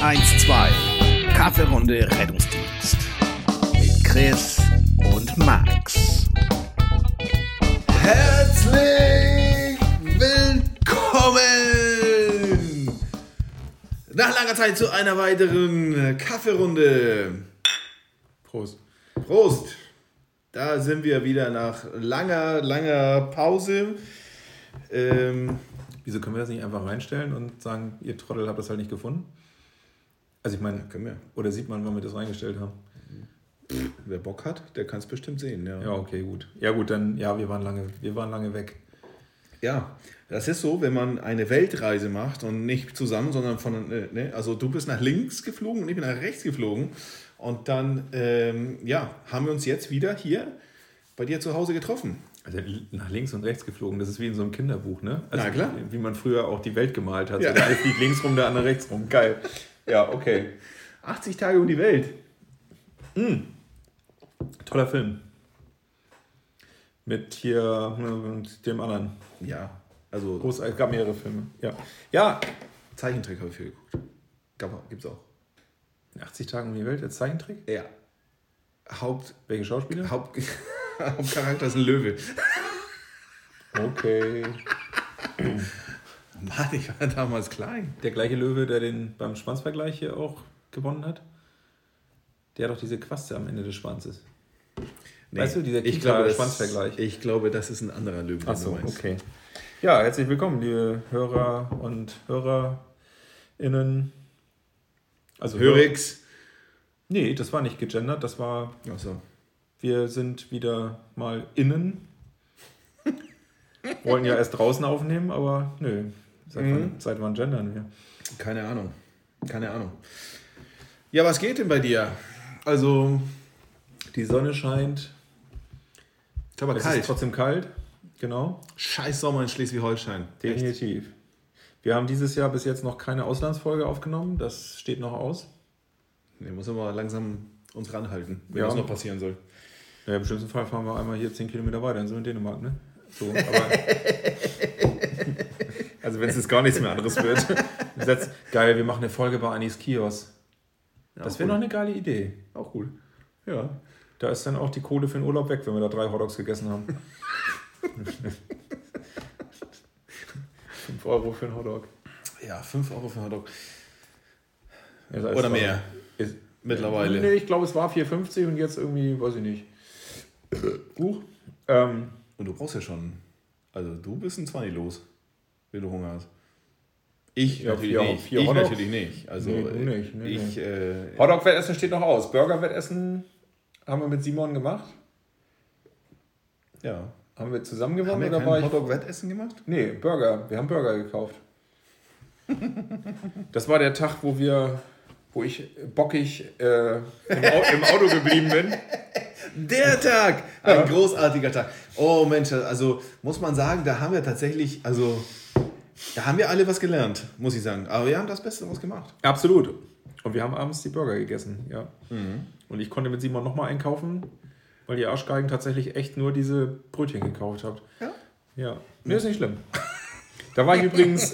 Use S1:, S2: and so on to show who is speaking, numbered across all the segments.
S1: 112. Kaffeerunde Rettungsdienst. Mit Chris und Max.
S2: Herzlich willkommen! Nach langer Zeit zu einer weiteren Kaffeerunde.
S3: Prost.
S2: Prost! Da sind wir wieder nach langer Pause.
S3: Wieso können wir das nicht einfach reinstellen und sagen, ihr Trottel habt das halt nicht gefunden? Also ich meine,
S2: können wir.
S3: Oder sieht man, wann wir das reingestellt haben?
S2: Wer Bock hat, der kann es bestimmt sehen. Ja.
S3: Ja, okay, gut. Ja gut, dann, ja, wir waren lange weg.
S2: Ja, das ist so, wenn man eine Weltreise macht und nicht zusammen, sondern also du bist nach links geflogen und ich bin nach rechts geflogen. Und dann, haben wir uns jetzt wieder hier bei dir zu Hause getroffen.
S3: Also nach links und rechts geflogen, das ist wie in so einem Kinderbuch, ne? Also
S2: na klar.
S3: Wie man früher auch die Welt gemalt hat.
S2: Ja.
S3: So, der eine fliegt links rum, der andere rechts rum. Geil. Ja, okay.
S2: 80 Tage um die Welt.
S3: Toller Film. Mit hier und dem anderen.
S2: Ja, also
S3: Es gab mehrere Filme. Ja. Ja.
S2: Zeichentrick habe ich viel geguckt. Gibt's auch.
S3: 80 Tage um die Welt, als Zeichentrick?
S2: Ja.
S3: Welche Schauspieler?
S2: Hauptcharakter ist ein Löwe.
S3: Okay.
S2: Mann, ich war damals klein.
S3: Der gleiche Löwe, der den beim Schwanzvergleich hier auch gewonnen hat? Der hat doch diese Quaste am Ende des Schwanzes.
S2: Nee,
S3: Weißt du, dieser Schwanzvergleich.
S2: Ich glaube, das ist ein anderer Löwe, den
S3: Achso,
S2: du meinst.
S3: okay. Ja, herzlich willkommen, liebe Hörer und HörerInnen. Also
S2: Hörix.
S3: Nee, das war nicht gegendert, das war...
S2: Achso.
S3: Wir sind wieder mal innen. Wollten ja erst draußen aufnehmen, aber nö. Seit wann gendern wir?
S2: Keine Ahnung. Ja, was geht denn bei dir? Also,
S3: Die Sonne scheint.
S2: ist aber
S3: Es
S2: kalt.
S3: ist trotzdem kalt. Genau.
S2: Scheiß Sommer in Schleswig-Holstein.
S3: Definitiv. Wir haben dieses Jahr bis jetzt noch keine Auslandsfolge aufgenommen. Das steht noch aus.
S2: Wir müssen aber langsam uns ranhalten, wenn
S3: Ja.
S2: das noch passieren soll.
S3: Ja, im schlimmsten Fall fahren wir einmal hier 10 Kilometer weiter, dann sind wir in Dänemark, ne? So, aber also wenn es jetzt gar nichts mehr anderes wird. Geil, wir machen eine Folge bei Anis Kiosk.
S2: Ja,
S3: Das wäre noch eine geile Idee.
S2: auch cool. Ja.
S3: Da ist dann auch die Kohle für den Urlaub weg, wenn wir da 3 Hotdogs gegessen haben. 5 Euro für einen Hotdog.
S2: Ja, 5 Euro für einen Hotdog.
S3: Ja,
S2: Oder mehr. Mittlerweile.
S3: Nee, ich glaube, es war 4,50 und jetzt irgendwie, weiß ich nicht.
S2: Und du brauchst ja schon, also du bist ein 20 los, wenn du Hunger hast. Ich
S3: Ja,
S2: natürlich nicht.
S3: vier
S2: Ich
S3: Hotdog?
S2: natürlich nicht. Also
S3: Nee, du nicht. Nee,
S2: ich,
S3: Hotdog-Wettessen steht noch aus. Burger-Wettessen haben wir mit Simon gemacht.
S2: ja.
S3: Haben wir zusammen
S2: Haben
S3: gewonnen
S2: wir
S3: oder
S2: kein
S3: war ich?
S2: Hotdog-Wettessen gemacht?
S3: Nee, Burger. Wir haben Burger gekauft. Das war der Tag, wo ich bockig im Auto geblieben bin.
S2: Der Tag! Ein großartiger Tag. Oh Mensch, also muss man sagen, da haben wir tatsächlich, also da haben wir alle was gelernt, muss ich sagen. Aber wir haben das Beste daraus gemacht.
S3: Absolut. Und wir haben abends die Burger gegessen, ja. Und ich konnte mit Simon nochmal einkaufen, weil ihr Arschgeigen tatsächlich echt nur diese Brötchen gekauft habt.
S2: Ja.
S3: Ja. Nee, ist nicht schlimm. Da war ich übrigens,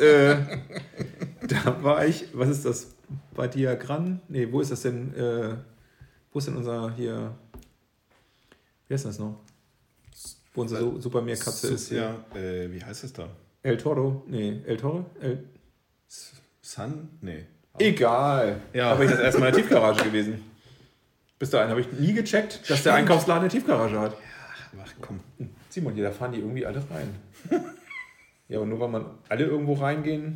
S3: was ist das? Bei Diagramm? Nee, wo ist das denn? Wo ist denn unser hier, wie heißt das noch? Wo unsere Supermeerkatze ist hier.
S2: Ja, wie heißt es da?
S3: El Toro? Nee, El Toro?
S2: Sun? Nee.
S3: Egal.
S2: Ja.
S3: Aber ich das erstmal in der Tiefgarage gewesen. Bis dahin habe ich nie gecheckt, dass der Einkaufsladen eine Tiefgarage hat.
S2: Ach komm.
S3: Simon, da fahren die irgendwie alle rein. Ja, aber nur weil man alle irgendwo reingehen.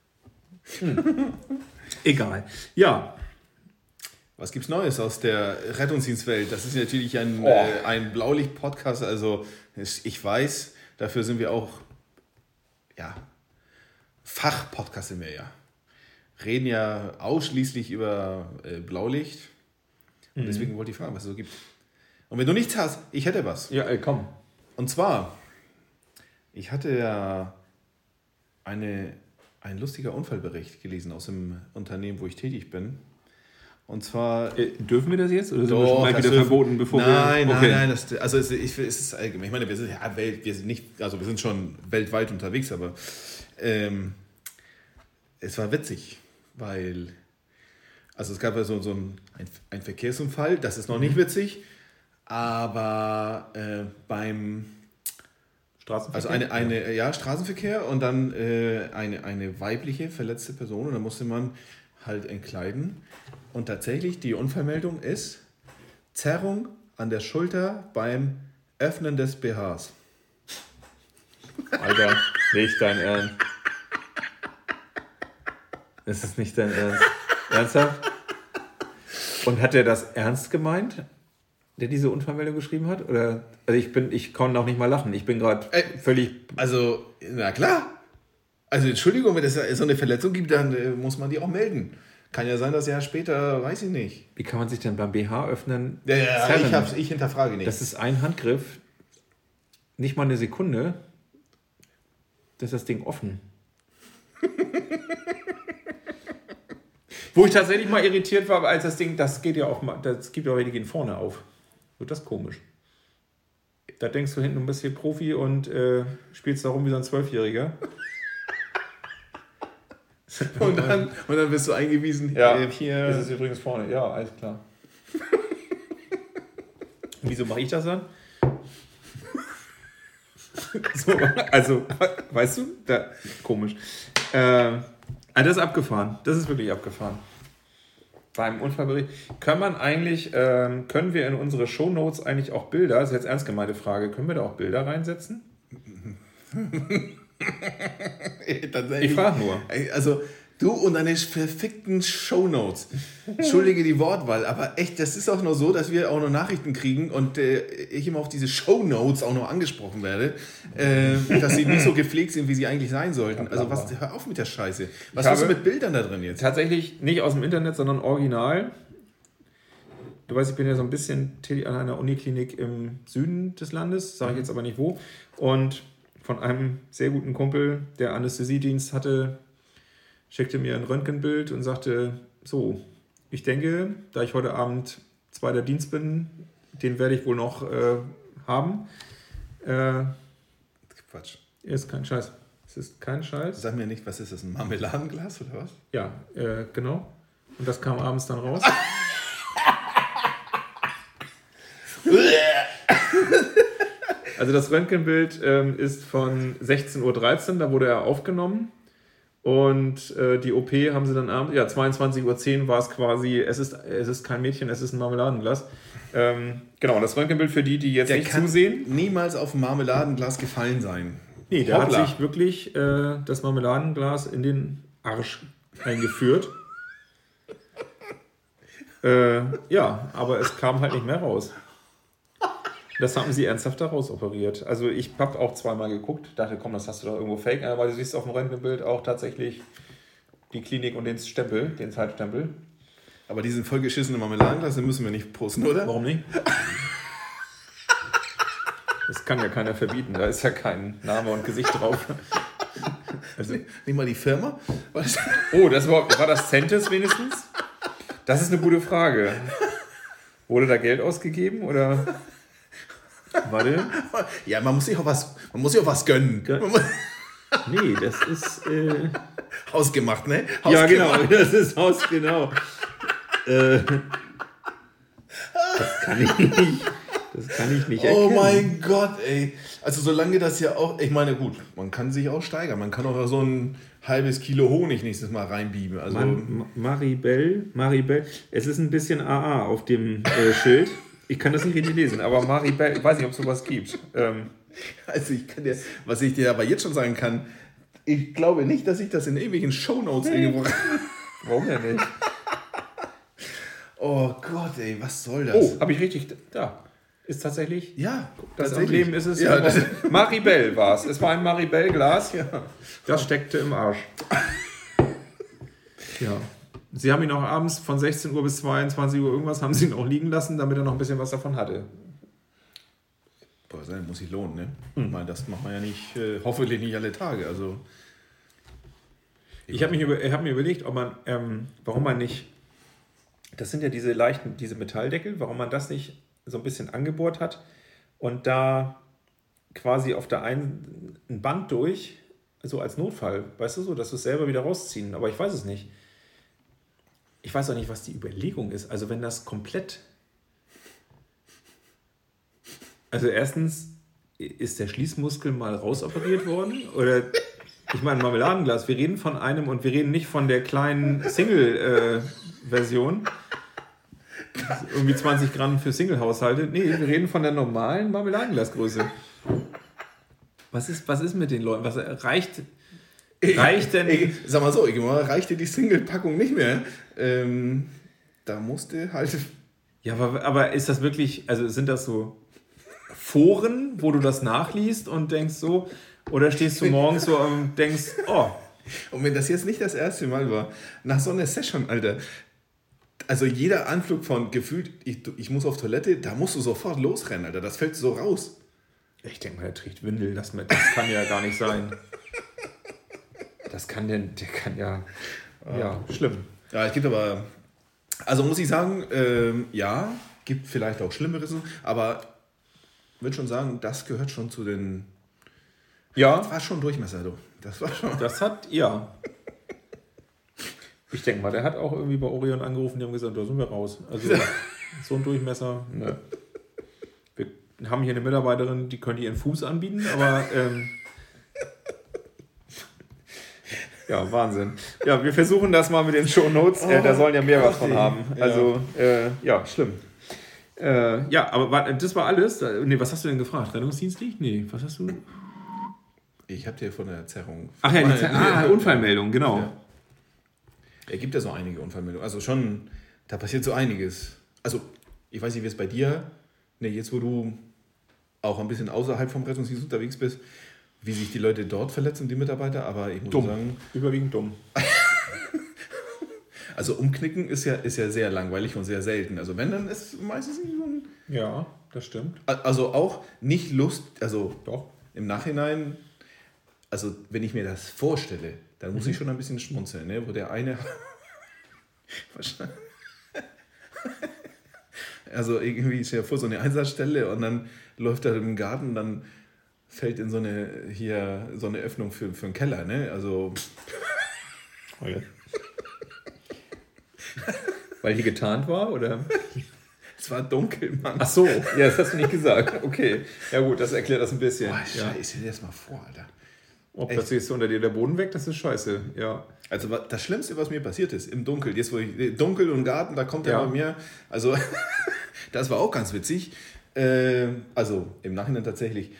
S3: Egal. Ja.
S2: Was gibt's Neues aus der Rettungsdienstwelt? Das ist natürlich ein Blaulicht-Podcast. Also ich weiß, dafür sind wir auch, ja, Fachpodcast sind wir ja. Reden ja ausschließlich über Blaulicht. Und deswegen wollte ich fragen, was es so gibt. Und wenn du nichts hast, ich hätte was.
S3: Ja, komm.
S2: Und zwar, ich hatte ja ein lustiger Unfallbericht gelesen aus dem Unternehmen, wo ich tätig bin. Und zwar...
S3: dürfen wir das jetzt? Oder sind
S2: Doch,
S3: wir schon mal wieder verboten, bevor
S2: nein,
S3: wir... Okay.
S2: Nein, es ist allgemein. Ich meine, wir sind ja wir sind schon weltweit unterwegs, aber es war witzig, weil Also es gab ja so ein Verkehrsunfall, das ist noch nicht witzig, aber beim
S3: Straßenverkehr?
S2: Also Straßenverkehr und dann eine weibliche verletzte Person und da musste man halt entkleiden. Und tatsächlich, die Unfallmeldung ist Zerrung an der Schulter beim Öffnen des BHs.
S3: Alter, nicht dein Ernst. Das ist nicht dein Ernst. Ernsthaft? Und hat er das ernst gemeint, der diese Unfallmeldung geschrieben hat? Oder? Also ich kann auch nicht mal lachen. Ich bin gerade völlig...
S2: Also, na klar. Also Entschuldigung, wenn es so eine Verletzung gibt, dann muss man die auch melden. Kann ja sein, dass ja später, weiß ich nicht.
S3: Wie kann man sich denn beim BH öffnen?
S2: Ja, ich hinterfrage nicht.
S3: Das ist ein Handgriff, nicht mal eine Sekunde. Das ist das Ding offen. Wo ich tatsächlich mal irritiert war, als das Ding, das geht ja auch mal, das gibt ja welche, die gehen vorne auf. Wird das komisch. Da denkst du hinten, du bist hier Profi und spielst da rum wie so ein 12-Jähriger.
S2: Und dann wirst du eingewiesen.
S3: Ja,
S2: hier
S3: ist es übrigens vorne. Ja, alles klar. Wieso mache ich das dann? So, also, weißt du, komisch. Das ist abgefahren. Das ist wirklich abgefahren. Beim Unfallbericht. Können wir in unsere Shownotes eigentlich auch Bilder, das ist jetzt ernst gemeinte Frage, können wir da auch Bilder reinsetzen? Ich frage nur.
S2: Also, du und deine verfickten Shownotes. Entschuldige die Wortwahl, aber echt, das ist auch nur so, dass wir auch noch Nachrichten kriegen und ich immer auf diese Shownotes auch noch angesprochen werde, dass sie nicht so gepflegt sind, wie sie eigentlich sein sollten. Also hör auf mit der Scheiße. Was hast du mit Bildern da drin jetzt?
S3: Tatsächlich nicht aus dem Internet, sondern original. Du weißt, ich bin ja so ein bisschen tätig an einer Uniklinik im Süden des Landes, sage ich jetzt aber nicht wo. Und von einem sehr guten Kumpel, der Anästhesiedienst hatte, schickte mir ein Röntgenbild und sagte, so, ich denke, da ich heute Abend zweiter Dienst bin, den werde ich wohl noch haben.
S2: Quatsch.
S3: Ist kein Scheiß. Es ist kein Scheiß.
S2: Sag mir nicht, was ist das, ein Marmeladenglas oder was?
S3: Ja, genau. Und das kam abends dann raus. Also das Röntgenbild ist von 16:13 Uhr, da wurde er aufgenommen. Und die OP haben sie dann abends, 22:10 Uhr war es quasi, es ist kein Mädchen, es ist ein Marmeladenglas. Genau, das Röntgenbild für die jetzt
S2: der
S3: nicht
S2: kann
S3: zusehen.
S2: Niemals auf ein Marmeladenglas gefallen sein.
S3: Nee, der hat sich wirklich das Marmeladenglas in den Arsch eingeführt. Aber es kam halt nicht mehr raus. Das haben sie ernsthaft da rausoperiert. Also ich habe auch zweimal geguckt, dachte, komm, das hast du doch irgendwo fake, weil du siehst auf dem Röntgenbild auch tatsächlich die Klinik und den Stempel, den Zeitstempel.
S2: Aber diesen vollgeschissenen Marmeladenglas, den müssen wir nicht posten, oder?
S3: Warum nicht? Das kann ja keiner verbieten, da ist ja kein Name und Gesicht drauf.
S2: Also, nimm mal die Firma. Was?
S3: Oh, war das Centis wenigstens? Das ist eine gute Frage. Wurde da Geld ausgegeben oder... Warte.
S2: Ja, man muss sich auch was gönnen.
S3: Nee, das ist...
S2: Hausgemacht, ne?
S3: Ja, genau, das ist genau. Das kann ich nicht erkennen.
S2: Oh mein Gott, ey. Also solange das ja auch... Ich meine, gut, man kann sich auch steigern. Man kann auch so ein halbes Kilo Honig nächstes Mal reinbieben. Also
S3: Maribel, es ist ein bisschen AA auf dem Schild. Ich kann das nicht richtig lesen, aber Maribel, ich weiß nicht, ob es sowas gibt.
S2: Also was ich dir aber jetzt schon sagen kann, ich glaube nicht, dass ich das in ewigen Shownotes irgendwo...
S3: Warum denn nicht?
S2: Oh Gott, ey, was soll das?
S3: Oh, habe ich richtig... Da, ist tatsächlich...
S2: Ja,
S3: das Leben ist es...
S2: Ja,
S3: Maribel war es. Es war ein Maribel-Glas. Ja. Das steckte im Arsch. Ja. Sie haben ihn auch abends von 16 Uhr bis 22 Uhr irgendwas, haben sie ihn auch liegen lassen, damit er noch ein bisschen was davon hatte.
S2: Boah, das muss sich lohnen, ne? Ich meine, das macht man ja nicht, hoffentlich nicht alle Tage, also...
S3: Ich habe mir überlegt, ob man, warum man nicht, das sind ja diese Metalldeckel, warum man das nicht so ein bisschen angebohrt hat und da quasi auf der einen ein Band durch, so als Notfall, weißt du so, dass wir es selber wieder rausziehen, aber ich weiß es nicht. ich weiß auch nicht, was die Überlegung ist. Also wenn das komplett... Also erstens, ist der Schließmuskel mal rausoperiert worden? Oder, ich meine, Marmeladenglas, wir reden von einem und wir reden nicht von der kleinen Single-Version. Irgendwie 20 Gramm für Single-Haushalte. Nee, wir reden von der normalen Marmeladenglasgröße. Was ist mit den Leuten? Was reicht denn...
S2: Sag mal so, reichte die Single-Packung nicht mehr. Da musste halt...
S3: Ja, aber ist das wirklich... Also sind das so Foren, wo du das nachliest und denkst so... Oder stehst du morgens so und denkst, oh...
S2: Und wenn das jetzt nicht das erste Mal war, nach so einer Session, Alter... Also jeder Anflug von gefühlt, ich muss auf Toilette, da musst du sofort losrennen, Alter. Das fällt so raus.
S3: Ich denke mal, der trägt Windel. Das kann ja gar nicht sein. Der kann ja... Ja, schlimm.
S2: Ja, es gibt aber... Also muss ich sagen, ja, gibt vielleicht auch Schlimmeres, aber ich würde schon sagen, das gehört schon zu den...
S3: Ja.
S2: Das war schon Durchmesser, du. Das war schon...
S3: Das hat... Ja. Ich denke mal, der hat auch irgendwie bei Orion angerufen, die haben gesagt, da sind wir raus. Also so ein Durchmesser, ne. Wir haben hier eine Mitarbeiterin, die könnte ihren Fuß anbieten, aber ja, Wahnsinn. Ja, wir versuchen das mal mit den Shownotes, da sollen ja mehr was von haben. Also, ja, schlimm. Ja, aber das war alles. Nee, was hast du denn gefragt? Rettungsdienstlich? Nee, was hast du?
S2: Ich habe dir von der Zerrung...
S3: Ach ja, Unfallmeldung, genau.
S2: Ja. Es gibt ja so einige Unfallmeldungen. Also schon, da passiert so einiges. Also, ich weiß nicht, wie es bei dir, jetzt wo du auch ein bisschen außerhalb vom Rettungsdienst unterwegs bist, wie sich die Leute dort verletzen, die Mitarbeiter, aber ich muss sagen...
S3: Überwiegend dumm.
S2: Also umknicken ist ja sehr langweilig und sehr selten. Also wenn, dann ist meistens nicht so ein...
S3: Ja, das stimmt.
S2: Also auch nicht Lust, also
S3: Doch.
S2: Im Nachhinein, also wenn ich mir das vorstelle, dann muss ich schon ein bisschen schmunzeln, ne? Wo der eine... Also irgendwie ist ja vor so eine Einsatzstelle und dann läuft er im Garten, dann fällt in so eine Öffnung für einen Keller, ne? Also...
S3: Okay. Weil hier getarnt war, oder?
S2: Es war dunkel, Mann.
S3: Ach so, ja, das hast du nicht gesagt. Okay, ja gut, das erklärt das ein bisschen.
S2: Boah,
S3: ja.
S2: Scheiße, stell dir das mal vor, Alter.
S3: Oh, plötzlich ist unter dir der Boden weg, das ist scheiße, ja.
S2: Also das Schlimmste, was mir passiert ist, im Dunkeln, jetzt wo ich, Dunkel und Garten, da kommt er bei mir, also das war auch ganz witzig, also im Nachhinein tatsächlich,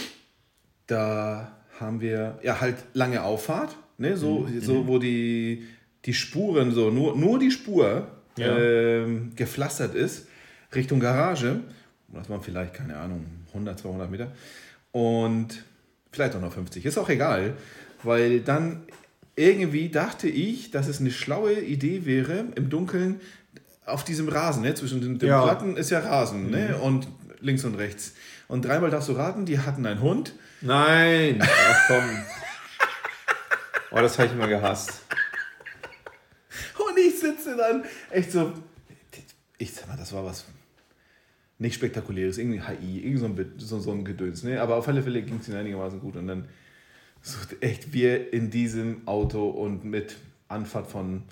S2: da haben wir ja halt lange Auffahrt, ne, so wo die Spuren, so nur die Spur gepflastert ist, Richtung Garage, das waren vielleicht, keine Ahnung, 100, 200 Meter und vielleicht auch noch 50, ist auch egal, weil dann irgendwie dachte ich, dass es eine schlaue Idee wäre, im Dunkeln auf diesem Rasen, ne, zwischen den Platten ist ja Rasen, ne, und links und rechts. Und dreimal darfst du raten, die hatten einen Hund.
S3: Nein, ach komm. Oh, das habe ich immer gehasst.
S2: Und ich sitze dann echt so, ich sag mal, das war was nicht Spektakuläres, irgendwie HI, irgendwie so ein Gedöns, ne, aber auf alle Fälle ging es ihnen einigermaßen gut und dann so echt wir in diesem Auto und mit Anfahrt von,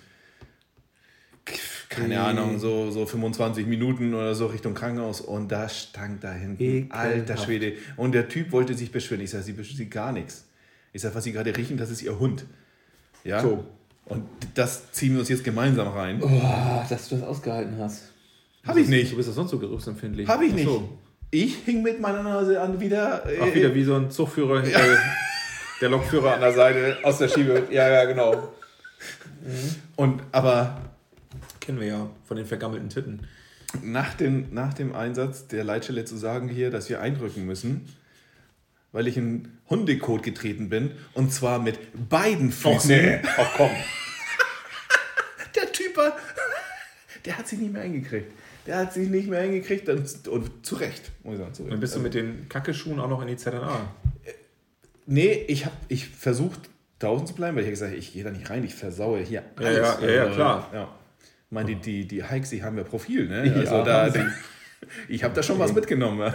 S2: keine Ahnung, so 25 Minuten oder so Richtung Krankenhaus und da stank da hinten,
S3: Ekelhaft.
S2: alter Schwede. Und der Typ wollte sich beschweren. Ich sage, sie beschwert sich gar nichts. Ich sage, was sie gerade riechen, das ist ihr Hund. Ja?
S3: So.
S2: Und das ziehen wir uns jetzt gemeinsam rein.
S3: Oh, dass du das ausgehalten hast.
S2: Hab ich nicht.
S3: Du bist ja sonst so geruchsempfindlich.
S2: Hab ich nicht.
S3: So.
S2: Ich hing mit meiner Nase an wieder...
S3: Ach, wieder wie so ein Zugführer, der Lokführer an der Seite aus der Schiebe. Ja, genau.
S2: Und aber...
S3: Kennen wir ja von den vergammelten Titten.
S2: Nach dem Einsatz der Leitstelle zu sagen hier, dass wir eindrücken müssen, weil ich in Hundekot getreten bin und zwar mit beiden Füßen.
S3: Ach komm.
S2: Der Typ, der hat sich nicht mehr eingekriegt. Und zu Recht, muss ich sagen. Zu Recht.
S3: Dann bist du mit den Kackeschuhen auch noch in die ZNA.
S2: Nee, ich versucht draußen zu bleiben, weil ich habe gesagt, ich gehe da nicht rein, ich versaue hier alles.
S3: Ja, klar.
S2: Ja. Ich meine, die Hikes, die haben ja Profil, ne?
S3: Ja,
S2: also ich habe da schon was mitgenommen.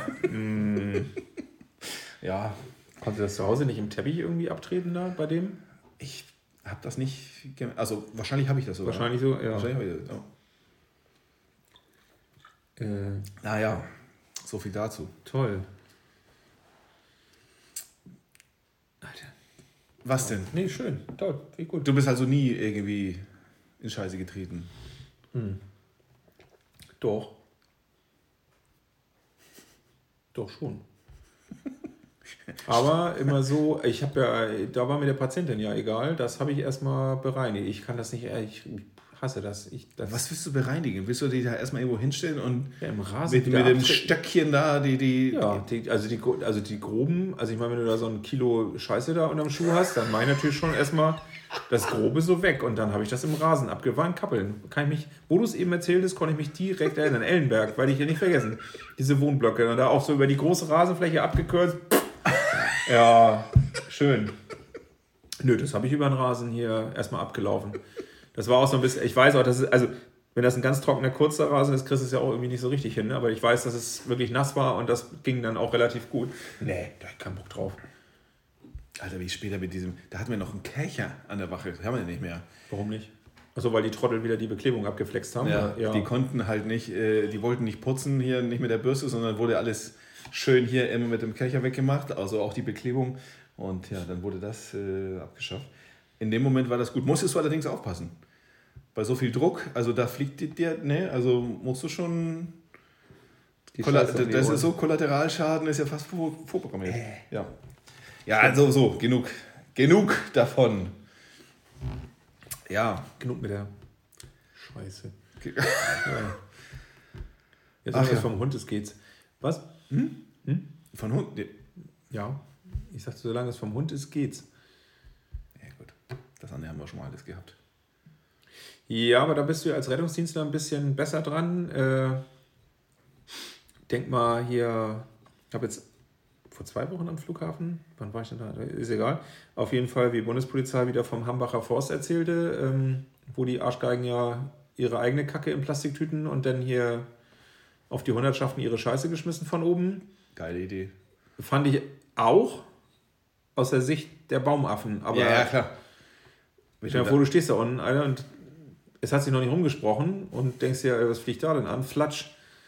S2: Ja.
S3: Konnte das zu Hause nicht im Teppich irgendwie abtreten da bei dem?
S2: habe das nicht... Also wahrscheinlich habe ich das sogar.
S3: Wahrscheinlich so, ja.
S2: Wahrscheinlich habe ich das, ja. Naja, so viel dazu.
S3: Toll. Alter.
S2: Was denn?
S3: Nee, schön. Toll. Wie gut.
S2: Du bist also nie irgendwie in Scheiße getreten.
S3: Doch. Doch schon. Aber immer so, ich habe ja, da war mir der Patientin ja egal, das habe ich erstmal bereinigt. Ich kann das nicht, ich hasse das.
S2: Was willst du bereinigen? Willst du die da erstmal irgendwo hinstellen und
S3: ja, im Rasen
S2: mit dem Stöckchen da,
S3: Ja, die groben, also ich meine, wenn du da so ein Kilo Scheiße da unterm Schuh hast, dann meine ich natürlich schon erstmal das Grobe so weg und dann habe ich das im Rasen abgewandt, kappeln. Wo du es eben erzählt hast, konnte ich mich direkt erinnern, Ellenberg, weil ich ja nicht vergessen, diese Wohnblöcke, und da auch so über die große Rasenfläche abgekürzt. Ja, schön. Nö, das habe ich über den Rasen hier erstmal abgelaufen. Das war auch so ein bisschen, ich weiß auch, dass es, also wenn das ein ganz trockener, kurzer Rasen ist, kriegst du es ja auch irgendwie nicht so richtig hin, ne? Aber ich weiß, dass es wirklich nass war und das ging dann auch relativ gut. Nee, da hab ich keinen Bock drauf.
S2: Alter, wie später mit diesem, da hatten wir noch einen Kercher an der Wache, das haben wir ja nicht mehr.
S3: Warum nicht? Achso, weil die Trottel wieder die Beklebung abgeflext haben?
S2: Ja, die konnten halt nicht, die wollten nicht putzen hier, nicht mit der Bürste, sondern wurde alles schön hier immer mit dem Kercher weggemacht, also auch die Beklebung. Und ja, dann wurde das abgeschafft. In dem Moment war das gut. Musstest du allerdings aufpassen. Bei so viel Druck, also da fliegt dir, ne, also musst du schon... Das ist so, Kollateralschaden ist ja fast vorprogrammiert. Ja. Ja, also so, genug davon. Ja.
S3: Genug mit der Scheiße. Ja. Jetzt haben wir vom Hund, es geht's. Was?
S2: Von Hund?
S3: Ja. Ich sagte, solange es vom Hund ist, geht's.
S2: Ja gut, das andere haben wir schon mal alles gehabt.
S3: Ja, aber da bist du als Rettungsdienstler ein bisschen besser dran. Denk mal hier, ich habe jetzt vor 2 Wochen am Flughafen, wann war ich denn da? Ist egal. Auf jeden Fall, wie Bundespolizei wieder vom Hambacher Forst erzählte, wo die Arschgeigen ja ihre eigene Kacke in Plastiktüten und dann hier auf die Hundertschaften ihre Scheiße geschmissen von oben.
S2: Geile Idee.
S3: Fand ich auch aus der Sicht der Baumaffen. Aber
S2: ja, klar.
S3: Stell dir vor, du stehst da unten, Alter, und es hat sich noch nicht rumgesprochen und denkst dir, was fliegt da denn an? Flatsch.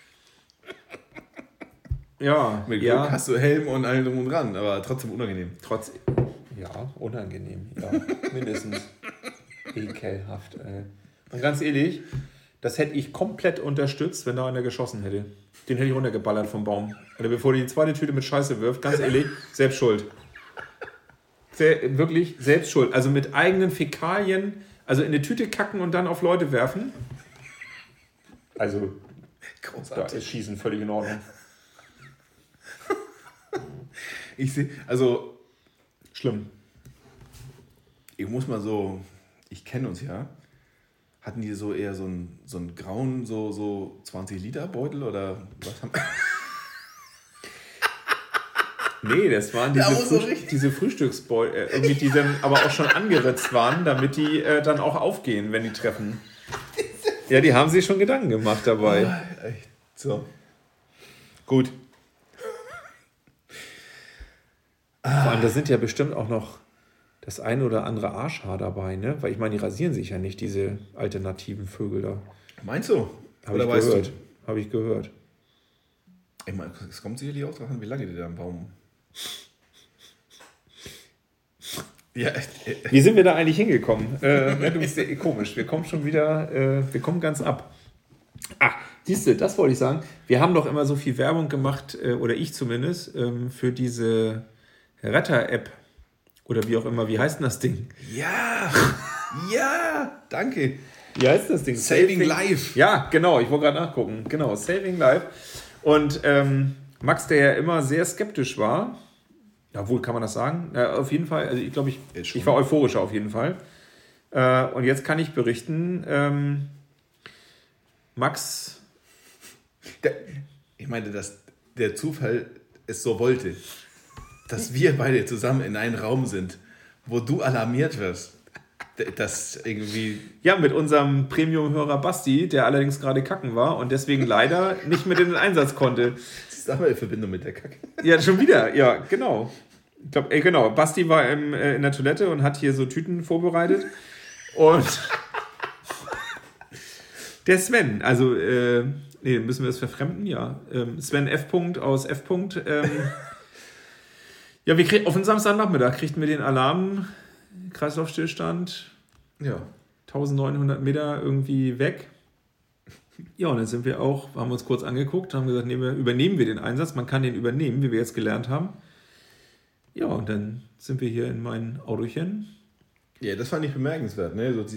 S3: Ja.
S2: Mit Glück hast du Helm und allem drum und dran, aber trotzdem unangenehm.
S3: Ja, unangenehm. Ja, mindestens. Ekelhaft, ey. Und ganz ehrlich, das hätte ich komplett unterstützt, wenn da einer geschossen hätte. Den hätte ich runtergeballert vom Baum. Oder bevor die zweite Tüte mit Scheiße wirft, ganz ehrlich, selbst schuld. Wirklich selbst schuld. Also mit eigenen Fäkalien, also in eine Tüte kacken und dann auf Leute werfen. Also,
S2: großartig.
S3: Da ist Schießen völlig in Ordnung.
S2: Ich sehe, also...
S3: Schlimm.
S2: Ich muss mal so... Ich kenne uns ja. Hatten die so eher so einen grauen, so 20-Liter-Beutel oder was haben...
S3: Nee, das waren diese Frühstücksbeutel, irgendwie, die dann aber auch schon angeritzt waren, damit die dann auch aufgehen, wenn die treffen. Ja, die haben sich schon Gedanken gemacht dabei.
S2: Oh, echt. So. Gut.
S3: Vor allem, da sind ja bestimmt auch noch das eine oder andere Arschhaar dabei, ne? Weil ich meine, die rasieren sich ja nicht, diese alternativen Vögel da.
S2: Meinst du?
S3: Oder weißt du? Habe ich gehört.
S2: Ich meine, es kommt sicherlich auch darauf an, wie lange die da am Baum... Ja.
S3: Wie sind wir da eigentlich hingekommen? Komisch, wir kommen schon wieder, wir kommen ganz ab. Ach, siehst du, das wollte ich sagen. Wir haben doch immer so viel Werbung gemacht, oder ich zumindest, für diese Retter-App. Oder wie auch immer, wie heißt denn das Ding?
S2: Ja, ja, danke.
S3: Wie heißt das Ding?
S2: Saving Life.
S3: Ja, genau, ich wollte gerade nachgucken. Genau, Saving Life. Und Max, der ja immer sehr skeptisch war, jawohl, kann man das sagen? Auf jeden Fall, also ich glaube, ich war euphorischer auf jeden Fall. Und jetzt kann ich berichten, Max...
S2: Ich meine, dass der Zufall es so wollte, dass wir beide zusammen in einem Raum sind, wo du alarmiert wirst. Das irgendwie...
S3: Ja, mit unserem Premium-Hörer Basti, der allerdings gerade kacken war und deswegen leider nicht mit in den Einsatz konnte.
S2: Das ist aber in Verbindung mit der Kacke.
S3: Ja, schon wieder, ja, genau. Ich glaube, genau, Basti war in der Toilette und hat hier so Tüten vorbereitet. Und der Sven, also, müssen wir das verfremden? Ja. Sven F. aus F. Ja, wir kriegen auf den Samstagnachmittag kriegten wir den Alarm, Kreislaufstillstand, 1900 Meter irgendwie weg. Ja, und dann haben wir uns kurz angeguckt, haben gesagt, übernehmen wir den Einsatz, man kann den übernehmen, wie wir jetzt gelernt haben. Ja, und dann sind wir hier in mein Autochen.
S2: Ja, das fand ich bemerkenswert, ne? So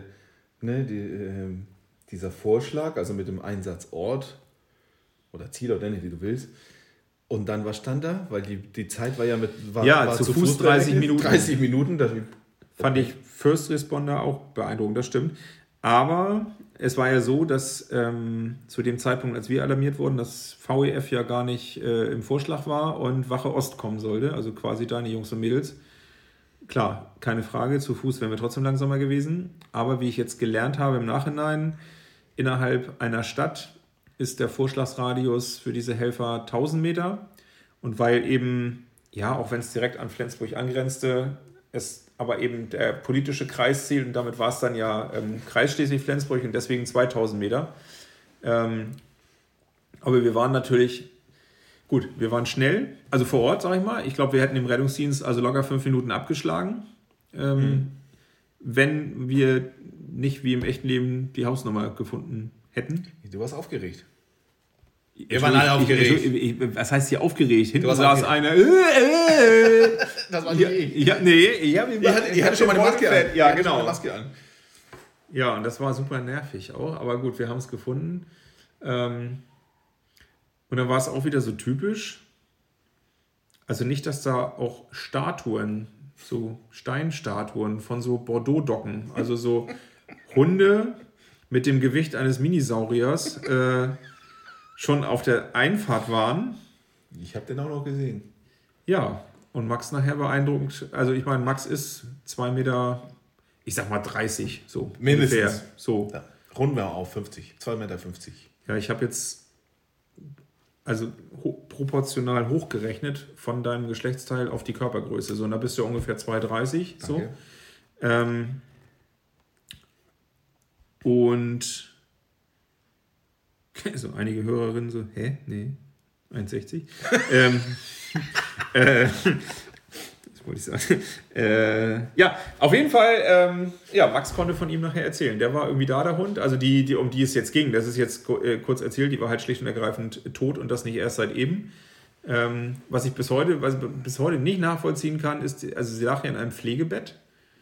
S2: dieser Vorschlag, also mit dem Einsatzort oder Zielort, nenn es wie du willst. Und dann, was stand da? Weil die Zeit war war
S3: zu Fuß 30 Minuten.
S2: 30 Minuten.
S3: Fand ich First Responder auch beeindruckend, das stimmt. Aber es war ja so, dass zu dem Zeitpunkt, als wir alarmiert wurden, das VEF ja gar nicht im Vorschlag war und Wache Ost kommen sollte, also quasi deine Jungs und Mädels. Klar, keine Frage, zu Fuß wären wir trotzdem langsamer gewesen. Aber wie ich jetzt gelernt habe im Nachhinein, innerhalb einer Stadt ist der Vorschlagsradius für diese Helfer 1000 Meter. Und weil eben, ja, auch wenn es direkt an Flensburg angrenzte, es aber eben der politische Kreis zählt und damit war es dann ja Kreis Schleswig-Flensburg und deswegen 2000 Meter. Aber wir waren natürlich, wir waren schnell, also vor Ort, sag ich mal. Ich glaube, wir hätten im Rettungsdienst also locker 5 Minuten abgeschlagen, wenn wir nicht wie im echten Leben die Hausnummer gefunden hätten.
S2: Du warst aufgeregt.
S3: Wir waren alle aufgeregt. Was heißt hier aufgeregt? Hinten saß einer.
S2: Das war nicht ich.
S3: Ich hatte schon meine Maske an.
S2: Ja, genau. Maske an.
S3: Ja, und das war super nervig auch. Aber gut, wir haben es gefunden. Und dann war es auch wieder so typisch. Also nicht, dass da auch Statuen, so Steinstatuen von so Bordeaux-Docken, also so Hunde mit dem Gewicht eines Minisauriers schon auf der Einfahrt waren.
S2: Ich habe den auch noch gesehen.
S3: Ja, und Max nachher beeindruckend. Also ich meine, Max ist 2 Meter, ich sag mal 30, so
S2: mindestens.
S3: Ungefähr. So.
S2: Ja, runden wir auf 50, 2,50 Meter.
S3: Ja, ich habe jetzt also proportional hochgerechnet von deinem Geschlechtsteil auf die Körpergröße. So, und da bist du ungefähr 2,30. So. Und so einige Hörerinnen so, hä? Nee, 1,60. Das wollte ich sagen. Ja, auf jeden Fall, Max konnte von ihm nachher erzählen. Der war irgendwie da, der Hund. Also die um die es jetzt ging, das ist jetzt kurz erzählt, die war halt schlicht und ergreifend tot und das nicht erst seit eben. Was ich bis heute nicht nachvollziehen kann, ist, also sie lag ja in einem Pflegebett.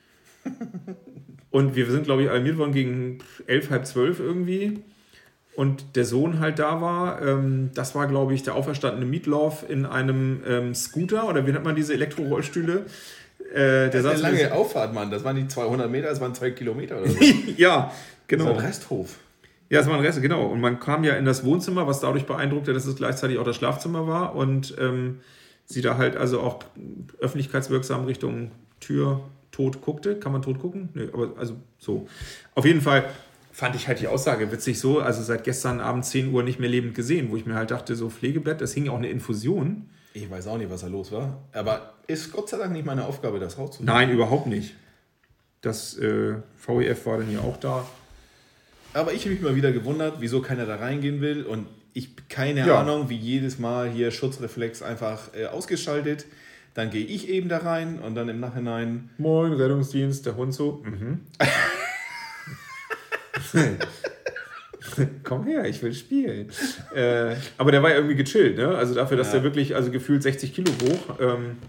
S3: Und wir sind, glaube ich, alarmiert worden gegen 11, halb 12 irgendwie. Und der Sohn halt da war, das war, glaube ich, der auferstandene Meatloaf in einem Scooter, oder wie nennt man diese Elektrorollstühle?
S2: Das ist eine lange Auffahrt, Mann. Das waren nicht 200 Meter, das waren 2 Kilometer oder so.
S3: Ja, genau.
S2: Das war ein Resthof.
S3: Ja, das war ein Rest, genau. Und man kam ja in das Wohnzimmer, was dadurch beeindruckte, dass es gleichzeitig auch das Schlafzimmer war. Und sie da halt also auch öffentlichkeitswirksam Richtung Tür tot guckte. Kann man tot gucken? Nö, aber also so. Auf jeden Fall fand ich halt die Aussage witzig so, also seit gestern Abend 10 Uhr nicht mehr lebend gesehen, wo ich mir halt dachte, so Pflegebett, das hing auch eine Infusion.
S2: Ich weiß auch nicht, was da los war, aber ist Gott sei Dank nicht meine Aufgabe, das rauszufinden.
S3: Nein, überhaupt nicht. Das VEF war dann ja auch da.
S2: Aber ich habe mich mal wieder gewundert, wieso keiner da reingehen will und ich keine Ahnung, wie jedes Mal hier Schutzreflex einfach ausgeschaltet. Dann gehe ich eben da rein und dann im Nachhinein...
S3: Moin, Rettungsdienst, der Hund so. Komm her, ich will spielen. Aber der war ja irgendwie gechillt, ne? Also dafür, dass der wirklich, also gefühlt 60 Kilo wog.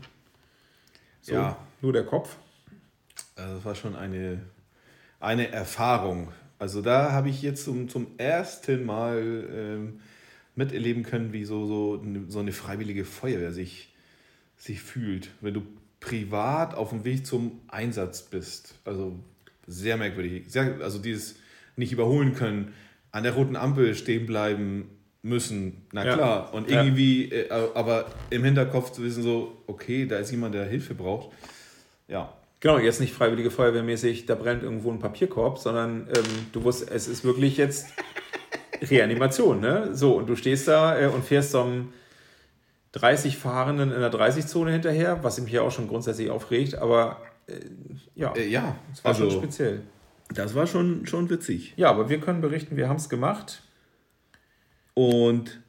S3: Nur der Kopf.
S2: Also das war schon eine Erfahrung. Also da habe ich jetzt zum ersten Mal miterleben können, wie so eine freiwillige Feuerwehr sich fühlt, wenn du privat auf dem Weg zum Einsatz bist. Also sehr merkwürdig. Also dieses nicht überholen können, an der roten Ampel stehen bleiben müssen, na klar. Und irgendwie, aber im Hinterkopf zu wissen so, okay, da ist jemand, der Hilfe braucht. Ja.
S3: Genau, jetzt nicht freiwillige Feuerwehrmäßig, da brennt irgendwo ein Papierkorb, sondern du wusstest, es ist wirklich jetzt Reanimation, ne? So, und du stehst da und fährst so einem 30 Fahrenden in der 30-Zone hinterher, was mich ja auch schon grundsätzlich aufregt, aber
S2: Ja,
S3: es war schon speziell.
S2: Das war schon witzig.
S3: Ja, aber wir können berichten, wir haben es gemacht.
S2: Und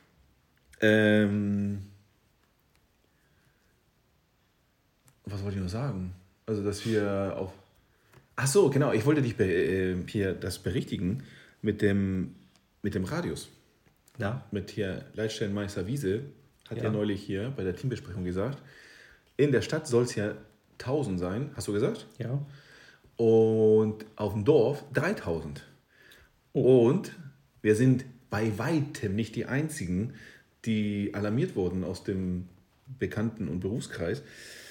S2: was wollte ich noch sagen? Also, dass wir auf... Ach so, genau, ich wollte dich hier das berichtigen mit dem Radius.
S3: Ja.
S2: Mit hier Leitstellenmeister Wiese hat ja neulich hier bei der Teambesprechung gesagt, in der Stadt soll es ja 1000 sein, hast du gesagt?
S3: Ja.
S2: Und auf dem Dorf 3000. Und wir sind bei weitem nicht die Einzigen, die alarmiert wurden aus dem Bekannten- und Berufskreis.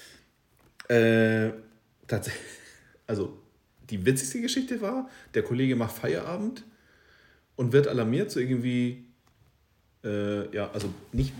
S2: Tatsächlich, also die witzigste Geschichte war, der Kollege macht Feierabend und wird alarmiert, so irgendwie, also nicht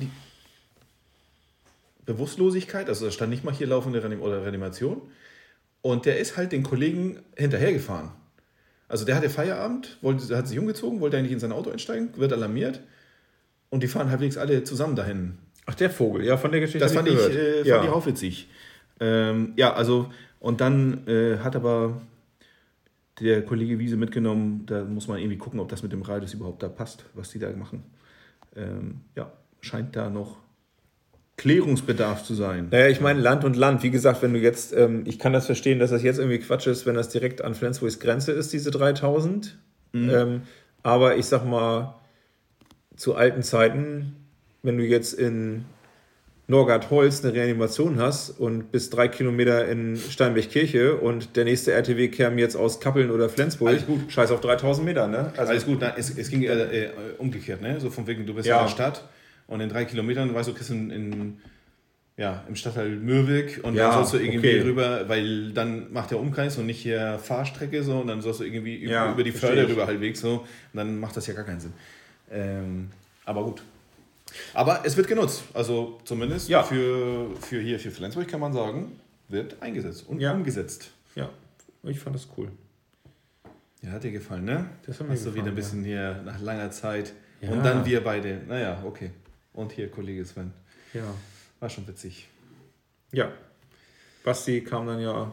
S2: Bewusstlosigkeit, also da stand nicht mal hier laufende Reanimation. Und der ist halt den Kollegen hinterhergefahren. Also der hatte Feierabend, hat sich umgezogen, wollte eigentlich in sein Auto einsteigen, wird alarmiert und die fahren halbwegs alle zusammen dahin.
S3: Ach, der Vogel, ja, von der Geschichte.
S2: Das fand ich auch witzig. Also, und dann hat aber der Kollege Wiese mitgenommen, da muss man irgendwie gucken, ob das mit dem Radius überhaupt da passt, was die da machen. Scheint da noch Klärungsbedarf zu sein.
S3: Naja, ich meine Land und Land. Wie gesagt, wenn du jetzt, ich kann das verstehen, dass das jetzt irgendwie Quatsch ist, wenn das direkt an Flensburgs Grenze ist, diese 3000. Aber ich sag mal, zu alten Zeiten, wenn du jetzt in Norgard-Holz eine Reanimation hast und bis 3 Kilometer in Steinbech-Kirche und der nächste RTW käme jetzt aus Kappeln oder Flensburg,
S2: alles gut.
S3: Scheiß auf 3000 Meter, ne?
S2: Also alles gut, es ging umgekehrt, ne? So von wegen, du bist in der Stadt und in 3 Kilometern, weißt du, kriegst im Stadtteil Mürwik und dann sollst du irgendwie rüber, weil dann macht der Umkreis und nicht hier Fahrstrecke so und dann sollst du irgendwie über die Förde rüber halbwegs so und dann macht das ja gar keinen Sinn. Aber gut. Aber es wird genutzt, also zumindest für Flensburg kann man sagen, wird eingesetzt und umgesetzt.
S3: Ja, ich fand das cool.
S2: Ja, hat dir gefallen, ne?
S3: Das hat mir gefallen,
S2: wieder ein bisschen hier nach langer Zeit und dann wir beide, naja, okay. Und hier Kollege Sven.
S3: Ja.
S2: War schon witzig.
S3: Ja. Basti kam dann ja,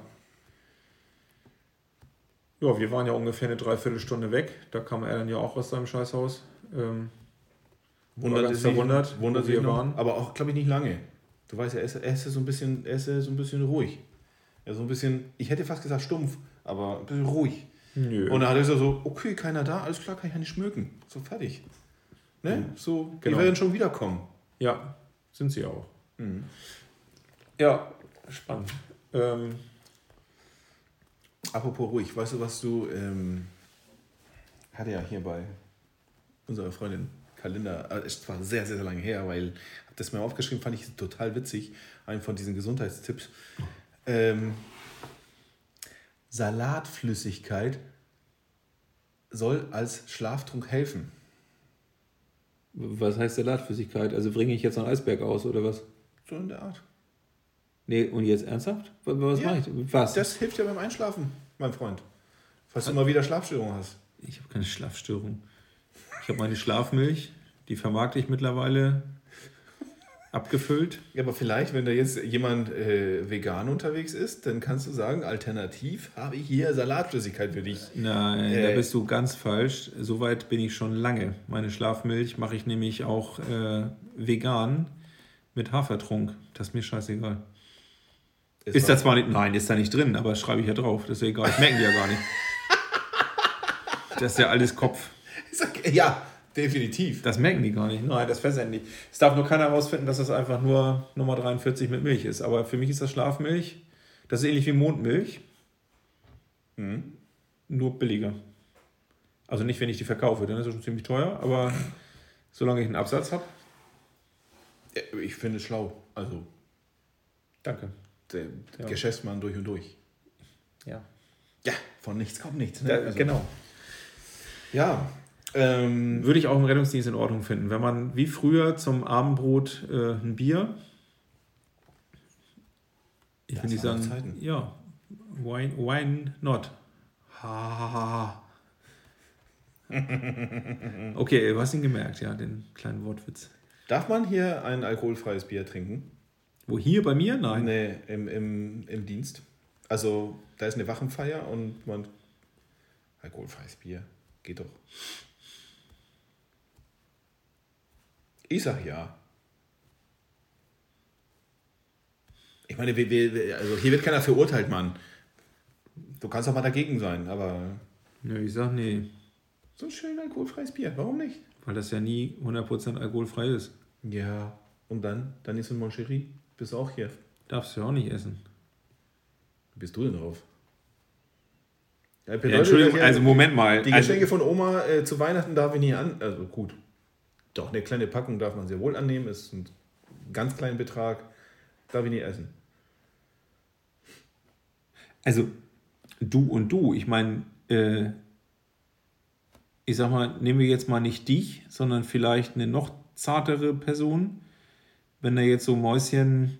S3: wir waren ja ungefähr eine Dreiviertelstunde weg, da kam er dann ja auch aus seinem Scheißhaus.
S2: Wundert sich noch,
S3: waren.
S2: Aber auch, glaube ich, nicht lange. Du weißt ja, er ist so ein bisschen ruhig. Ja, so ein bisschen, ich hätte fast gesagt stumpf, aber ein bisschen ruhig.
S3: Nö.
S2: Und dann hat er so, okay, keiner da, alles klar, kann ich ja nicht schmücken. So, fertig. Ne? So,
S3: genau.
S2: Die werden schon wiederkommen.
S3: Ja, sind sie auch.
S2: Mhm.
S3: Ja, spannend.
S2: Apropos ruhig, weißt du, was du, hatte ja hier bei unserer Freundin Kalender, es war sehr, sehr, sehr lange her, weil ich habe das mir aufgeschrieben, fand ich total witzig, einen von diesen Gesundheitstipps. Salatflüssigkeit soll als Schlaftrunk helfen.
S3: Was heißt Salatflüssigkeit? Also bringe ich jetzt einen Eisberg aus, oder was?
S2: So in der Art.
S3: Nee, und jetzt ernsthaft? Was mache ich? Was?
S2: Das hilft ja beim Einschlafen, mein Freund. Falls du mal wieder Schlafstörungen hast.
S3: Ich habe keine Schlafstörung. Ich habe meine Schlafmilch, die vermarkte ich mittlerweile abgefüllt.
S2: Ja, aber vielleicht, wenn da jetzt jemand vegan unterwegs ist, dann kannst du sagen, alternativ habe ich hier Salatflüssigkeit für dich.
S3: Nein, da bist du ganz falsch. Soweit bin ich schon lange. Meine Schlafmilch mache ich nämlich auch vegan mit Hafertrunk. Das ist mir scheißegal. Ist da zwar nicht, nein, ist da nicht drin, aber das schreibe ich ja drauf. Das ist ja egal, das merken die ja gar nicht. Das ist ja alles Kopf.
S2: Ja, definitiv.
S3: Das merken die gar nicht. Nein, das versenden die. Es darf nur keiner herausfinden, dass das einfach nur Nummer 43 mit Milch ist. Aber für mich ist das Schlafmilch, das ist ähnlich wie Mondmilch. Nur billiger. Also nicht, wenn ich die verkaufe, dann ist es schon ziemlich teuer, aber solange ich einen Absatz habe.
S2: Ja, ich finde es schlau. Also,
S3: danke.
S2: Der Geschäftsmann durch und durch.
S3: Ja.
S2: Ja, von nichts kommt nichts. Ne?
S3: Ja, genau.
S2: Ja.
S3: Würde ich auch im Rettungsdienst in Ordnung finden. Wenn man wie früher zum Abendbrot ein Bier, ich würde nicht sagen, ja, why not? Ha. Okay, du hast ihn gemerkt, ja, den kleinen Wortwitz.
S2: Darf man hier ein alkoholfreies Bier trinken?
S3: Wo, hier bei mir? Nein.
S2: Nee, im Dienst. Also, da ist eine Wachenfeier und man... Alkoholfreies Bier. Geht doch. Ich sag ja. Ich meine, also hier wird keiner verurteilt, Mann. Du kannst auch mal dagegen sein, aber...
S3: Ja, ich sag nee.
S2: So ein schön alkoholfreies Bier, warum nicht?
S3: Weil das ja nie 100% alkoholfrei ist.
S2: Ja, und dann? Dann ist ein Moncherie. Bist du auch hier?
S3: Darfst du ja auch nicht essen.
S2: Wie bist du denn drauf? Ja,
S3: Entschuldigung, also Moment mal.
S2: Die Geschenke von Oma zu Weihnachten darf ich nicht an... Also gut, doch, eine kleine Packung darf man sehr wohl annehmen. Ist ein ganz kleiner Betrag. Darf ich nicht essen.
S3: Also, du und du. Ich meine, ich sag mal, nehmen wir jetzt mal nicht dich, sondern vielleicht eine noch zartere Person. Wenn da jetzt so Mäuschen...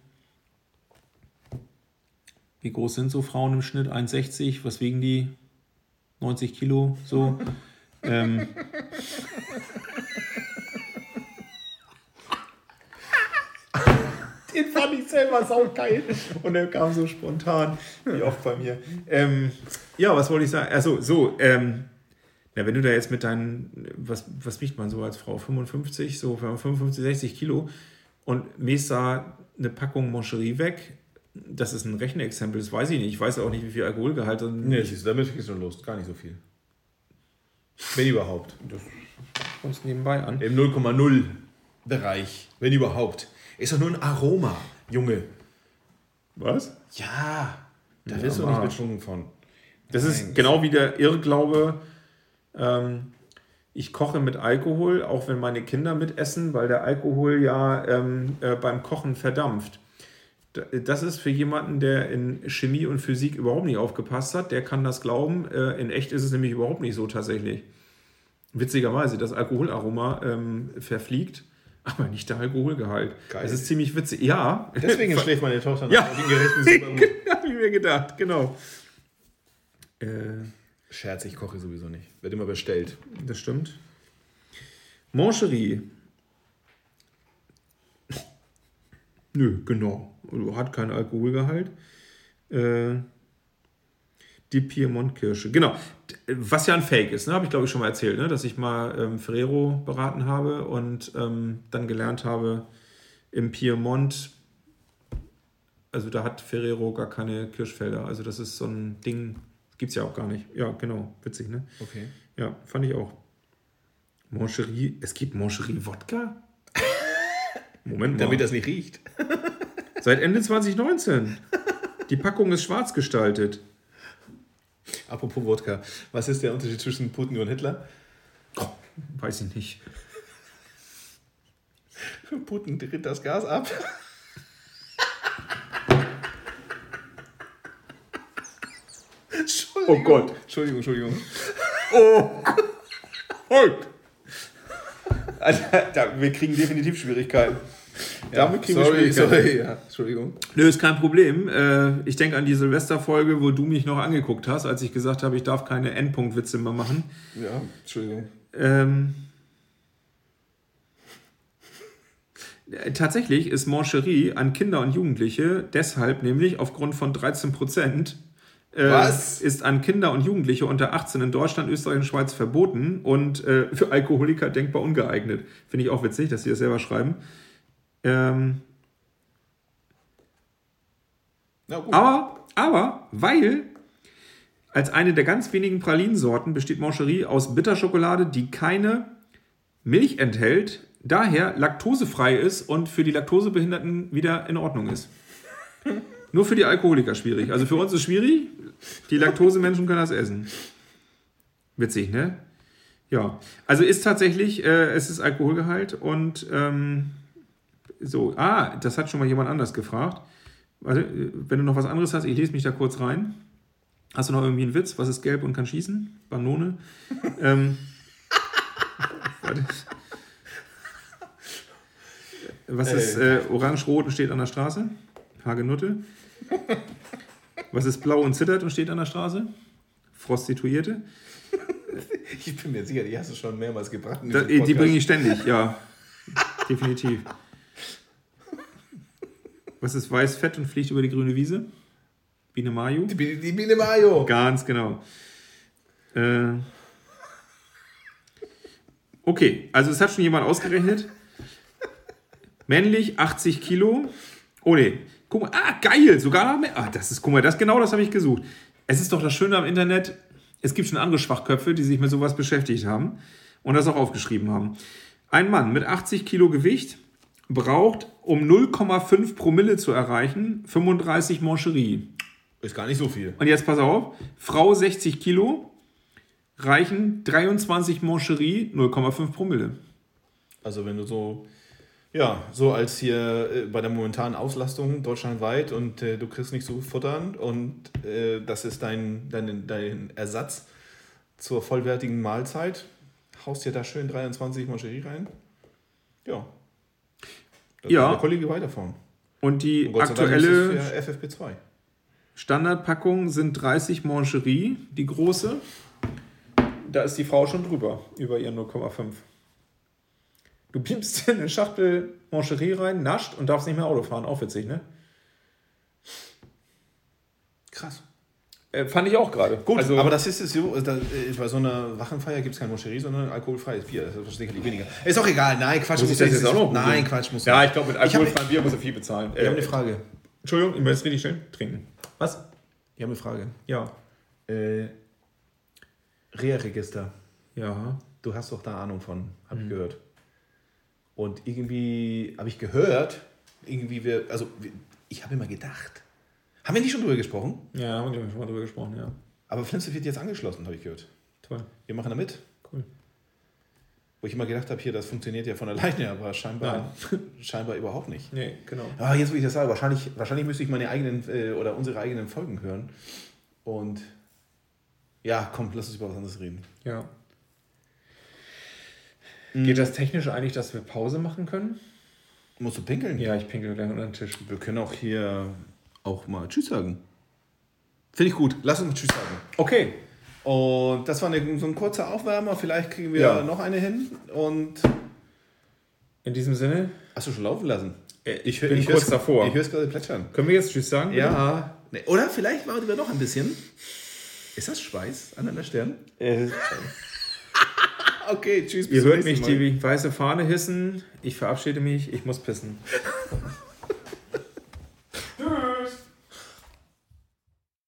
S3: Wie groß sind so Frauen im Schnitt? 1,60? Was wiegen die? 90 Kilo? So. Den fand ich selber saugeil. Und der kam so spontan, wie oft bei mir. Ja, was wollte ich sagen? Also, so, wenn du da jetzt mit deinen, was wiegt man so als Frau? 55, so 55, 60 Kilo und mähst da eine Packung Moncherie weg. Das ist ein Rechenexempel, das weiß ich nicht. Ich weiß auch nicht, wie viel Alkoholgehalt.
S2: Nee, damit geht es schon los. Gar nicht so viel. Wenn überhaupt.
S3: Das kommt nebenbei an.
S2: Im 0,0 Bereich. Wenn überhaupt. Ist doch nur ein Aroma, Junge.
S3: Was?
S2: Ja. Da wirst du nicht betrunken von.
S3: Das ist genau wie der Irrglaube, ich koche mit Alkohol, auch wenn meine Kinder mitessen, weil der Alkohol ja beim Kochen verdampft. Das ist für jemanden, der in Chemie und Physik überhaupt nicht aufgepasst hat, der kann das glauben. In echt ist es nämlich überhaupt nicht so tatsächlich. Witzigerweise, das Alkoholaroma verfliegt, aber nicht der Alkoholgehalt. Geil. Das ist ziemlich witzig. Ja.
S2: Deswegen schläft meine Tochter nach
S3: den gerechten Supermarkt. Habe ich mir gedacht, genau.
S2: Scherz, ich koche sowieso nicht. Wird immer bestellt.
S3: Das stimmt. Moncherie. Nö, genau. Hat keinen Alkoholgehalt. Die Piemont-Kirsche. Genau. Was ja ein Fake ist, ne? Habe ich glaube ich schon mal erzählt, ne? Dass ich mal Ferrero beraten habe und dann gelernt habe, im Piemont, also da hat Ferrero gar keine Kirschfelder. Also das ist so ein Ding, gibt es ja auch gar nicht. Ja, genau. Witzig, ne?
S2: Okay.
S3: Ja, fand ich auch. Moncherie, es gibt Moncherie-Wodka? Moment mal.
S2: Damit das nicht riecht.
S3: Seit Ende 2019. Die Packung ist schwarz gestaltet.
S2: Apropos Wodka. Was ist der Unterschied zwischen Putin und Hitler?
S3: Oh, weiß ich nicht.
S2: Putin dreht das Gas ab.
S3: Oh Gott.
S2: Entschuldigung.
S3: Oh Gott. Alter, wir kriegen definitiv Schwierigkeiten.
S2: Ja, sorry. Ja, Entschuldigung.
S3: Nö, ist kein Problem. Ich denke an die Silvesterfolge, wo du mich noch angeguckt hast, als ich gesagt habe, ich darf keine Endpunktwitze mehr machen.
S2: Ja, Entschuldigung.
S3: Tatsächlich ist Moncherie an Kinder und Jugendliche deshalb nämlich aufgrund von 13% ist an Kinder und Jugendliche unter 18 in Deutschland, Österreich und Schweiz verboten und für Alkoholiker denkbar ungeeignet. Finde ich auch witzig, dass sie das selber schreiben. Aber weil als eine der ganz wenigen Pralinensorten besteht Moncherie aus Bitterschokolade, die keine Milch enthält, daher laktosefrei ist und für die Laktosebehinderten wieder in Ordnung ist. Nur für die Alkoholiker schwierig. Also für uns ist schwierig, die Laktosemenschen können das essen. Witzig, ne? Ja, also ist tatsächlich, es ist Alkoholgehalt und so, das hat schon mal jemand anders gefragt. Also, wenn du noch was anderes hast, ich lese mich da kurz rein. Hast du noch irgendwie einen Witz? Was ist gelb und kann schießen? Banone. Was ist orange-rot und steht an der Straße? Hagenutte. Was ist blau und zittert und steht an der Straße? Prostituierte.
S2: Ich bin mir sicher, die hast du schon mehrmals gebracht.
S3: Die bringe ich ständig, ja. Definitiv. Was ist weiß, fett und fliegt über die grüne Wiese? Biene Maju?
S2: Die Biene Maju.
S3: Ganz genau. Okay, also es hat schon jemand ausgerechnet. Männlich, 80 Kilo. Oh nee, guck mal, geil, sogar noch mehr. Guck mal, das habe ich gesucht. Es ist doch das Schöne am Internet, es gibt schon andere Schwachköpfe, die sich mit sowas beschäftigt haben und das auch aufgeschrieben haben. Ein Mann mit 80 Kilo Gewicht braucht, um 0,5 Promille zu erreichen, 35 Moncherie.
S2: Ist gar nicht so viel.
S3: Und jetzt pass auf, Frau 60 Kilo reichen 23 Moncherie, 0,5 Promille.
S2: Also wenn du so als hier bei der momentanen Auslastung deutschlandweit und du kriegst nicht so futtern und das ist dein Ersatz zur vollwertigen Mahlzeit, haust dir da schön 23 Moncherie rein. Ja. Da kann der Kollege weiterfahren.
S3: Und die
S2: Gott sei Dank
S3: aktuelle
S2: ist es für FFP2.
S3: Standardpackung sind 30 Moncherie, die große. Da ist die Frau schon drüber, über ihren 0,5. Du pimpst in eine Schachtel Moncherie rein, nascht und darfst nicht mehr Auto fahren. Auch witzig, ne?
S2: Krass.
S3: Fand ich auch gerade.
S2: Gut, also, aber das ist es so, bei so einer Wachenfeier gibt es kein Moncherie, sondern alkoholfreies Bier. Das ist sicherlich weniger. Ist auch egal, nein, Quatsch.
S3: Muss ich das jetzt auch noch?
S2: Nein, Quatsch. Muss
S3: ja, ich glaube, mit alkoholfreiem Bier muss er viel bezahlen.
S2: Ich habe eine Frage.
S3: Entschuldigung, ich muss jetzt richtig schnell trinken. Was?
S2: Ich habe eine Frage.
S3: Ja.
S2: Reha-Register.
S3: Ja.
S2: Du hast doch da Ahnung von, habe ich gehört. Und irgendwie habe ich gehört, ich habe immer gedacht. Haben wir nicht schon drüber gesprochen?
S3: Ja, haben wir schon mal drüber gesprochen, ja.
S2: Aber Flimse wird jetzt angeschlossen, habe ich gehört.
S3: Toll.
S2: Wir machen da mit.
S3: Cool.
S2: Wo ich immer gedacht habe, das funktioniert ja von alleine, aber scheinbar überhaupt nicht.
S3: Nee, genau.
S2: Jetzt, wo ich das sage, wahrscheinlich müsste ich meine eigenen oder unsere eigenen Folgen hören. Und ja, komm, lass uns über was anderes reden.
S3: Ja. Geht das technisch eigentlich, dass wir Pause machen können?
S2: Musst du pinkeln?
S3: Ja, ich pinkel gleich unter den Tisch.
S2: Wir können auch hier mal Tschüss sagen. Finde ich gut. Lass uns Tschüss sagen.
S3: Okay.
S2: Und das war so ein kurzer Aufwärmer. Vielleicht kriegen wir noch eine hin. Und
S3: in diesem Sinne.
S2: Hast du schon laufen lassen?
S3: Ich bin kurz davor.
S2: Ich höre es gerade plätschern.
S3: Können wir jetzt Tschüss sagen?
S2: Ja. Nee, oder vielleicht warten wir noch ein bisschen. Ist das Schweiß an einer Stirn? Okay, tschüss.
S3: Ihr hört mich die weiße Fahne hissen. Ich verabschiede mich. Ich muss pissen.